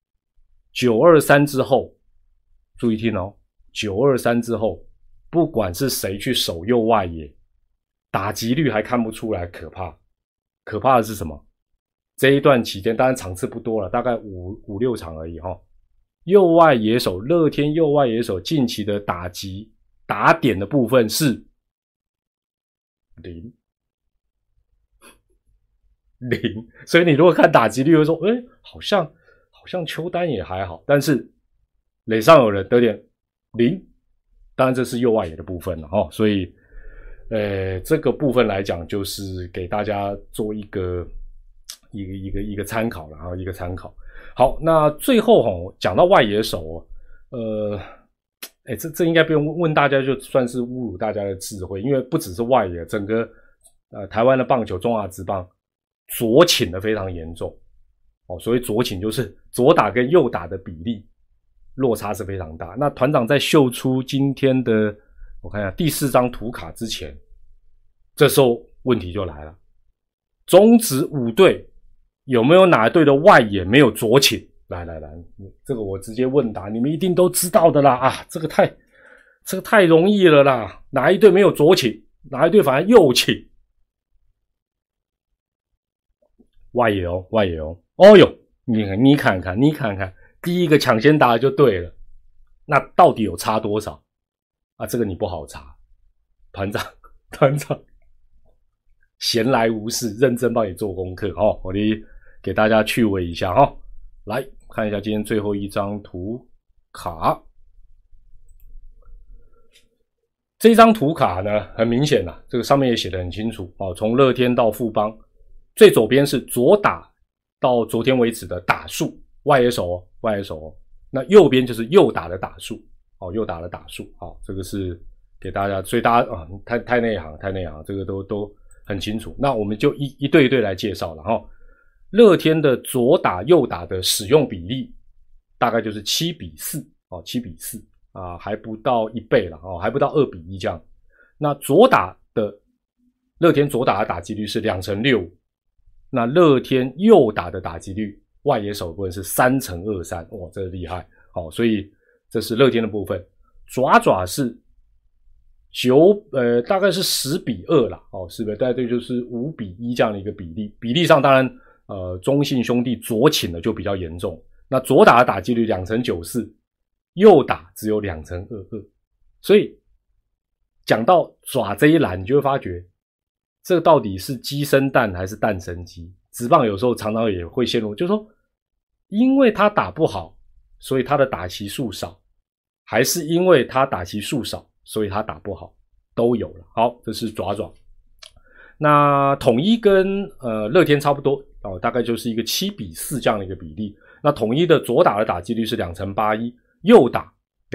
，923之后，注意听923之后，不管是谁去守右外野，打击率还看不出来可怕。可怕的是什么？这一段期间，当然场次不多了，大概5、6场而已右外野手，乐天右外野手近期的打击打点的部分是0，所以你如果看打击率会说好像邱丹也还好，但是垒上有人得点0， 当然这是右外野的部分了齁，所以这个部分来讲就是给大家做一个参考了啊，一个参考。好，那最后齁讲到外野手这应该不用问大家，就算是侮辱大家的智慧，因为不只是外野，整个台湾的棒球中华职棒左倾的非常严重所谓左倾就是左打跟右打的比例落差是非常大。那团长在秀出今天的我看一下第4张图卡之前，这时候问题就来了，中职5队有没有哪队的外野没有左倾？来，这个我直接问答，你们一定都知道的啦啊！这个太容易了啦，哪一队没有左倾？哪一队反而右倾？外野哦，哦哟，你看看，第一个抢先答就对了，那到底有差多少啊？这个你不好查，团长闲来无事，认真帮你做功课我给大家趣味一下来看一下今天最后一张图卡。这张图卡呢，很明显这个上面也写得很清楚从乐天到富邦，最左边是左打到昨天为止的打数，外野手那右边就是右打的打数这个是给大家，所以大家太内行，这个都很清楚。那我们就一队一队来介绍了乐天的左打右打的使用比例大概就是7:4还不到1倍了还不到2:1这样。那乐天左打的打击率是2.65%，那乐天右打的打击率外野手的部分是3.23%，哇，这个厉害所以这是乐天的部分。爪是大概是10:2啦是不是？大概就是5:1这样的一个比例上当然中信兄弟左倾的就比较严重，那左打的打击率2.94%，右打只有2.22%，所以讲到爪这一栏，你就会发觉这个到底是鸡生蛋还是蛋生鸡？职棒有时候常常也会陷入，就是说因为他打不好，所以他的打席数少，还是因为他打席数少，所以他打不好，都有了。好，这是爪。那统一跟乐天差不多大概就是一个7:4这样的一个比例。那统一的左打的打击率是2.81%，右打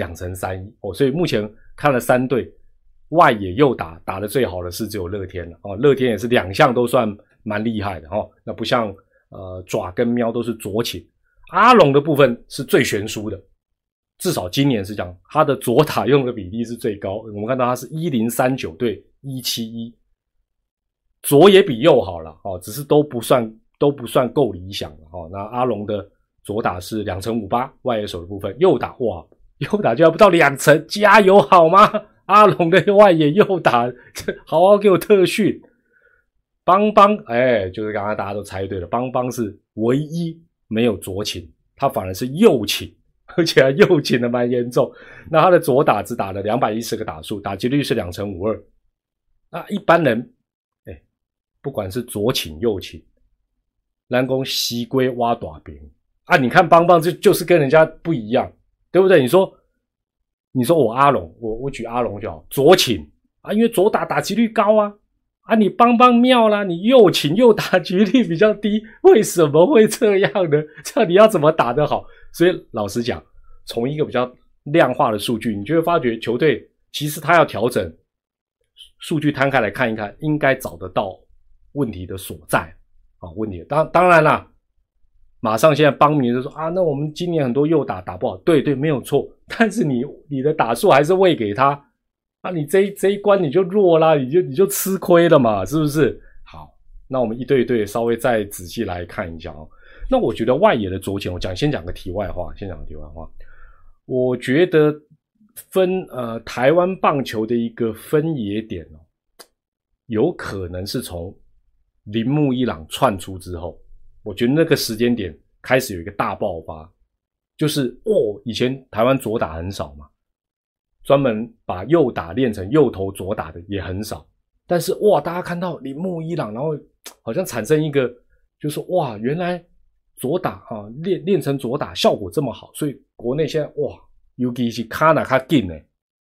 2.31%所以目前看了3队，外野右打的最好的是只有乐天了乐天也是2项都算蛮厉害的那不像爪跟喵都是左倾。阿龙的部分是最悬殊的，至少今年是这样，他的左打用的比例是最高，我们看到他是1039对171，左也比右好了只是都不算够理想了那阿龙的左打是2.58%，外野手的部分，右打就要不到2成，加油好吗？阿龙的外野右打好好给我特训。邦就是刚刚大家都猜对了，邦是唯一没有左倾，他反而是右倾，而且还右倾的蛮严重。那他的左打只打了210个打数，打击率是2.52%。那一般人不管是左倾右倾，咱说西龟挖大饼你看邦就是跟人家不一样，对不对？你说我阿龙，我举阿龙就好，左倾因为左打击率高你邦妙啦，你右倾右打击率比较低，为什么会这样呢？这样你要怎么打得好？所以老实讲，从一个比较量化的数据，你就会发觉球队其实他要调整，数据摊开来看一看，应该找得到问题的所在问题当然啦，马上现在邦迷就说那我们今年很多右打不好，对，没有错，但是你的打数还是喂给他你这一关你就弱啦，你就吃亏了嘛，是不是？好，那我们一队一队稍微再仔细来看一下那我觉得外野的左倾，先讲个题外话，我觉得台湾棒球的一个分野点有可能是从铃木一朗窜出之后，我觉得那个时间点开始有一个大爆发，就是以前台湾左打很少嘛，专门把右打练成右投左打的也很少，但是大家看到铃木一朗，然后好像产生一个就是原来左打练成左打效果这么好，所以国内现在尤其是卡那卡紧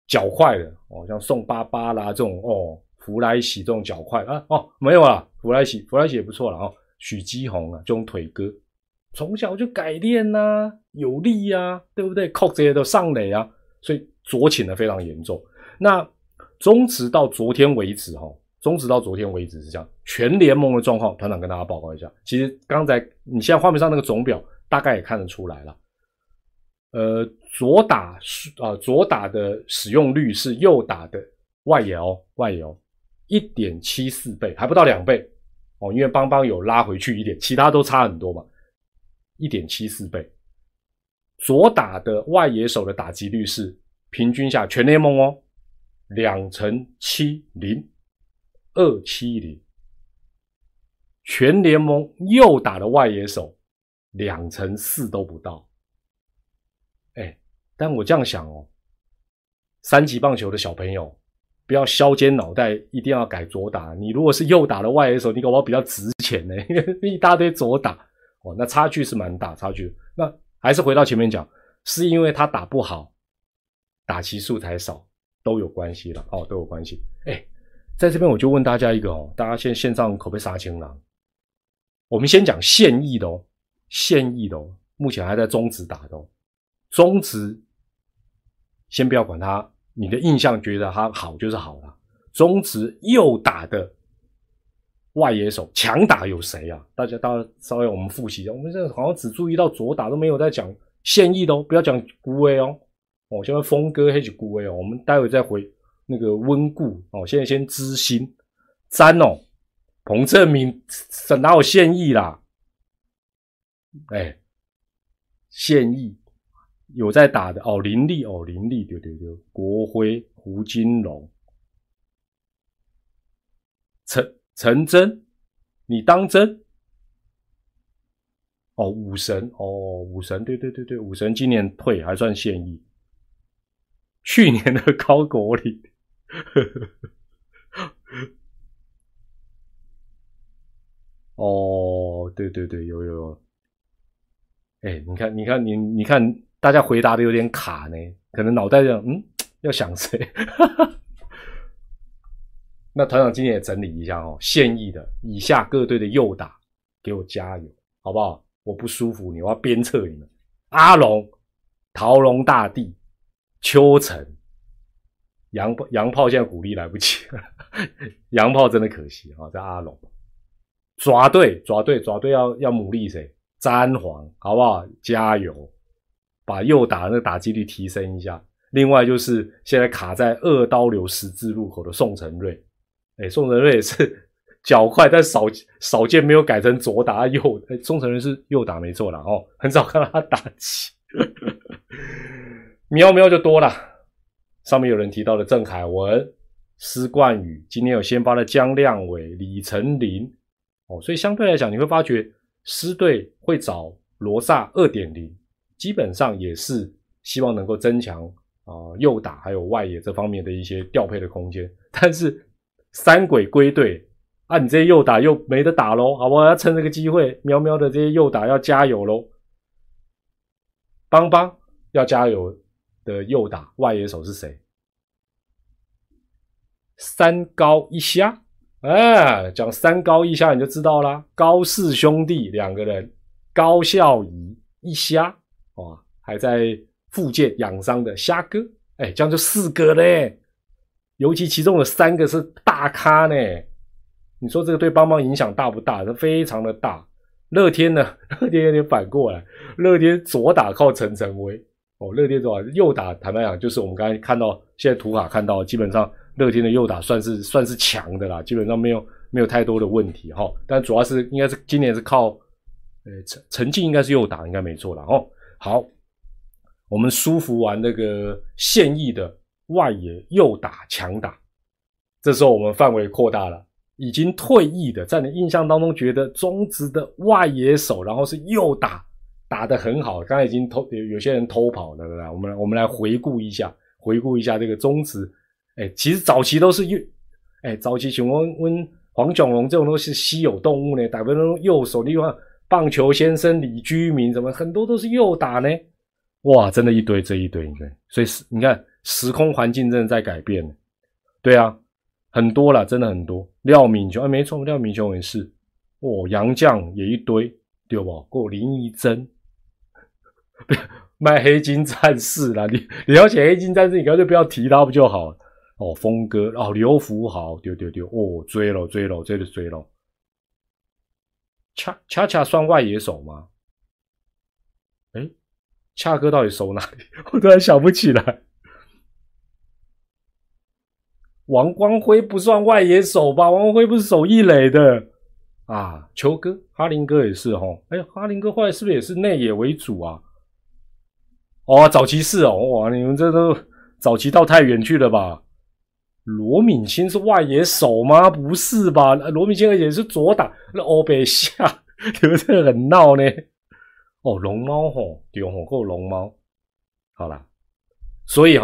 脚快的哦，像宋巴巴啦这种哦，弗莱喜这种脚快啊哦没有啦，弗莱喜也不错啦哦，许基宏啊这种腿哥，从小就改练啊，有力啊，对不对？靠这些都上垒啊，所以左倾的非常严重。那中职到昨天为止是这样，全联盟的状况，团长跟大家报告一下。其实刚才你现在画面上那个总表大概也看得出来了。左打的使用率是右打的外野哦 1.74 倍，还不到2倍哦，因为邦邦有拉回去一点，其他都差很多嘛。1.74 倍。左打的外野手的打击率是平均下全联盟哦2.70，全联盟右打的外野手2.4都不到。但我这样想哦，3级棒球的小朋友不要削尖脑袋一定要改左打，你如果是右打的外野手，你搞不好比较值钱呢，一大堆左打哦，那差距是蛮大差距。那还是回到前面讲，是因为他打不好，打期数才少，都有关系了哦，都有关系。在这边我就问大家一个哦，大家现在线上口碑杀青狼，我们先讲现役的哦，目前还在中职打的哦，中职先不要管他，你的印象觉得他好就是好了。中职右打的外野手强打有谁啊？大家稍微我们复习一下，我们这好像只注意到左打，都没有在讲现役的哦，不要讲孤威哦。现在峰哥还是孤威哦，我们待会再回那个温故哦。现在先知心詹哦，彭正明哪有现役啦？现役。有在打的哦，林立对，国辉、胡金龙、陈真，你当真？武神，对，武神今年退还算现役，去年的高国里，对，有，你看。大家回答的有点卡呢，可能脑袋这样，要想谁？那团长今天也整理一下哦，现役的以下各队的右打，给我加油，好不好？我不舒服你，我要鞭策你们。阿龙、桃龙大帝、邱成、洋炮现在鼓励来不及了，洋炮真的可惜啊，在阿龙。爪队要牡蛎谁？詹皇，好不好？加油！把右打的那个打击率提升一下。另外就是现在卡在2刀流十字路口的宋承瑞，宋承瑞也是脚快，但少见没有改成左打右。宋承瑞是右打没错啦哦，很少看到他打击。喵就多了。上面有人提到的郑凯文、施冠宇，今天有先发的江亮伟、李成林所以相对来讲你会发觉狮队会找罗萨 2.0。基本上也是希望能够增强右打还有外野这方面的一些调配的空间，但是三鬼归队你这些右打又没得打咯，好不好？要趁这个机会，喵的这些右打要加油咯。邦邦要加油的右打外野手是谁？三高一虾，讲三高一虾你就知道啦，高氏兄弟2个人，高孝仪一虾。还在复健养伤的虾哥，这样就4个嘞，尤其其中有3个是大咖呢。你说这个对邦邦影响大不大？非常的大。乐天呢？乐天有点反过来，乐天左打靠陈晨威乐天左打，右打坦白讲就是我们刚才看到，现在图卡看到，基本上乐天的右打算是强的啦，基本上没有太多的问题但主要是应该是今年是靠陈进应该是右打，应该没错啦好，我们舒服完那个现役的外野右打强打，这时候我们范围扩大了，已经退役的，在你印象当中觉得中职的外野手，然后是右打得很好，刚才已经有些人偷跑了，对不对？我们来回顾一下这个中职，其实早期都是早期像问黄炯龙这种都是稀有动物呢，大部分都右手，例如棒球先生李居明什么很多都是右打呢，哇，真的这一堆，所以你看时空环境真的在改变。对啊，很多啦，真的很多。廖敏琼，没错，廖敏琼也是。洋将也一堆，对不？够林义珍，卖黑金战士啦，你要写黑金战士，你干脆不要提他不就好了？峰哥，刘福豪，对，追了，恰恰算外野手吗？恰哥到底守哪里？我突然想不起来。王光辉不算外野手吧？王光辉不是守一垒的啊。球哥，哈林哥也是齁。哈林哥后来是不是也是内野为主啊？早期是哇，你们这都早期到太远去了吧？罗敏清是外野手吗？不是吧？罗敏清而且是左打，那欧北下，你们这很闹呢。龙猫齁，对齁，够龙猫。好啦，所以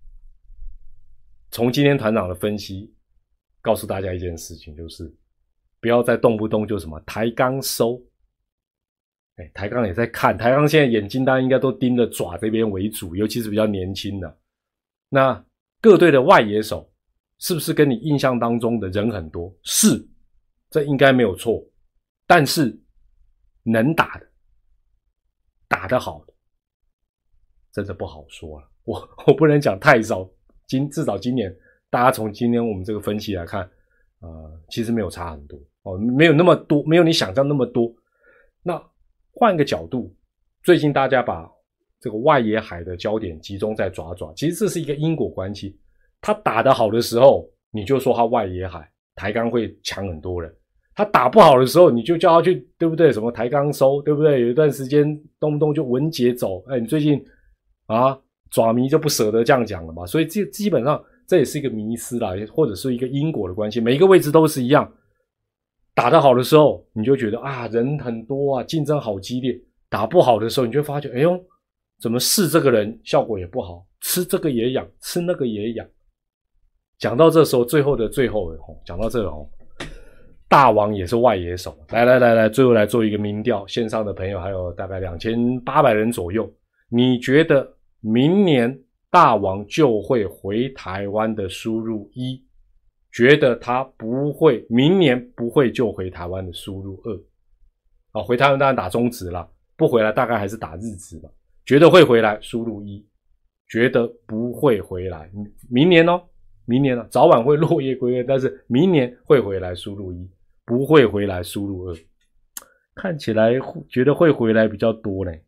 从今天团长的分析，告诉大家一件事情，就是不要再动不动就什么台钢收。台钢也在看，台钢现在眼睛大家应该都盯着爪这边为主，尤其是比较年轻的。那各队的外野手是不是跟你印象当中的人很多？是，这应该没有错。但是能打的，打得好的，真的不好说了。我不能讲太少，至少今年大家从今天我们这个分析来看，其实没有差很多没有那么多，没有你想象那么多。那换个角度，最近大家把这个外野海的焦点集中在爪，其实这是一个因果关系。他打得好的时候，你就说他外野海，台钢会强很多人。他打不好的时候，你就叫他去，对不对？什么台钢收，对不对？有一段时间动不动就文杰走，你最近爪迷就不舍得这样讲了嘛。所以基本上这也是一个迷思啦，或者是一个因果的关系。每一个位置都是一样，打得好的时候，你就觉得人很多啊，竞争好激烈。打不好的时候，你就发觉，怎么试这个人效果也不好，吃这个也痒，吃那个也痒。讲到这时候，最后讲到这大王也是外野手。来，最后来做一个民调，线上的朋友还有大概2800人左右，你觉得明年大王就会回台湾的输入1，觉得他明年不会就回台湾的输入2。回台湾当然打中职啦，不回来大概还是打日职吧。觉得会回来输入1，觉得不会回来，明年早晚会落叶归根，但是明年会回来输入1，不会回来输入2。看起来觉得会回来比较多呢。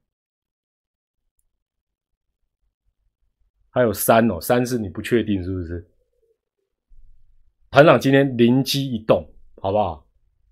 还有3是你不确定是不是？团长今天灵机一动，好不好？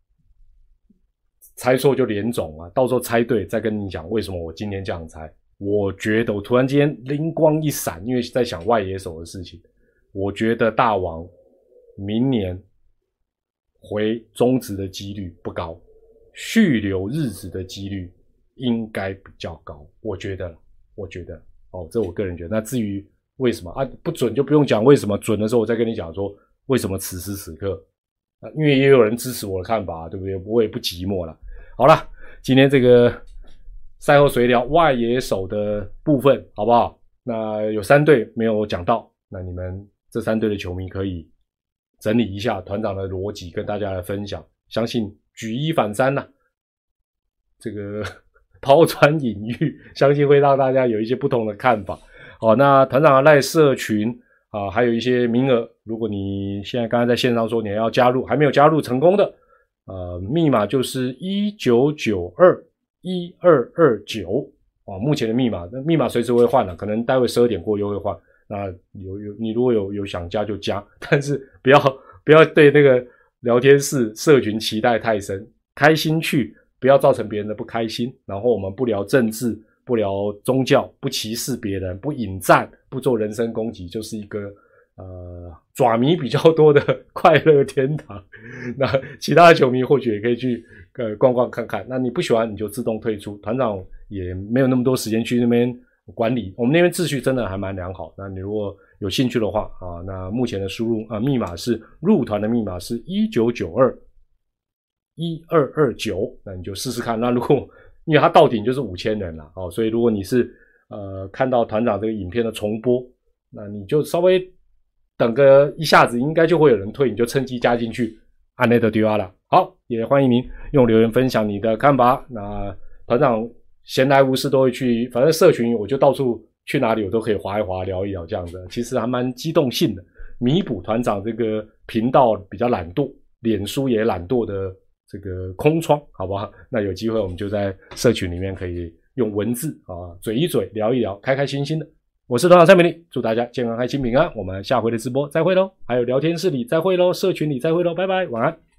猜错就连总啊，到时候猜对再跟你讲为什么我今天这样猜。我觉得我突然间灵光一闪，因为在想外野手的事情，我觉得大王明年回中职的几率不高，续留日职的几率应该比较高，我觉得这我个人觉得。那至于为什么不准就不用讲为什么，准的时候我再跟你讲说为什么此时此刻因为也有人支持我的看法，对不对？我也不寂寞了。好啦，今天这个赛后随聊外野手的部分好不好？那有3队没有讲到，那你们这3队的球迷可以整理一下团长的逻辑跟大家来分享，相信举一反三啦，这个抛砖引玉，相信会让大家有一些不同的看法。那团长的赖社群还有一些名额，如果你现在刚才在线上说你要加入，还没有加入成功的密码就是19921229目前的密码随时会换了，可能待会12点过又会换。那你如果有想加就加，但是不要对那个聊天室社群期待太深，开心去，不要造成别人的不开心。然后我们不聊政治，不聊宗教，不歧视别人，不引战，不做人身攻击，就是一个爪迷比较多的快乐天堂。那其他的球迷或许也可以去逛逛看看。那你不喜欢你就自动退出，团长也没有那么多时间去那边管理，我们那边秩序真的还蛮良好。那你如果有兴趣的话那目前的输入密码是入团的密码是19921229，那你就试试看。那如果因为它到顶就是5000人啦所以如果你是看到团长这个影片的重播那你就稍微等个一下子，应该就会有人退，你就趁机加进去，按内的丢啊了。好，也欢迎您用留言分享你的看法。那团长闲来无事都会去，反正社群我就到处去哪里我都可以滑一滑聊一聊这样子，其实还蛮激动性的，弥补团长这个频道比较懒惰，脸书也懒惰的这个空窗，好不好？那有机会我们就在社群里面可以用文字啊嘴一嘴聊一聊，开开心心的。我是团长蔡明利，祝大家健康开心平安，我们下回的直播再会咯，还有聊天室里再会咯，社群里再会咯，拜拜，晚安。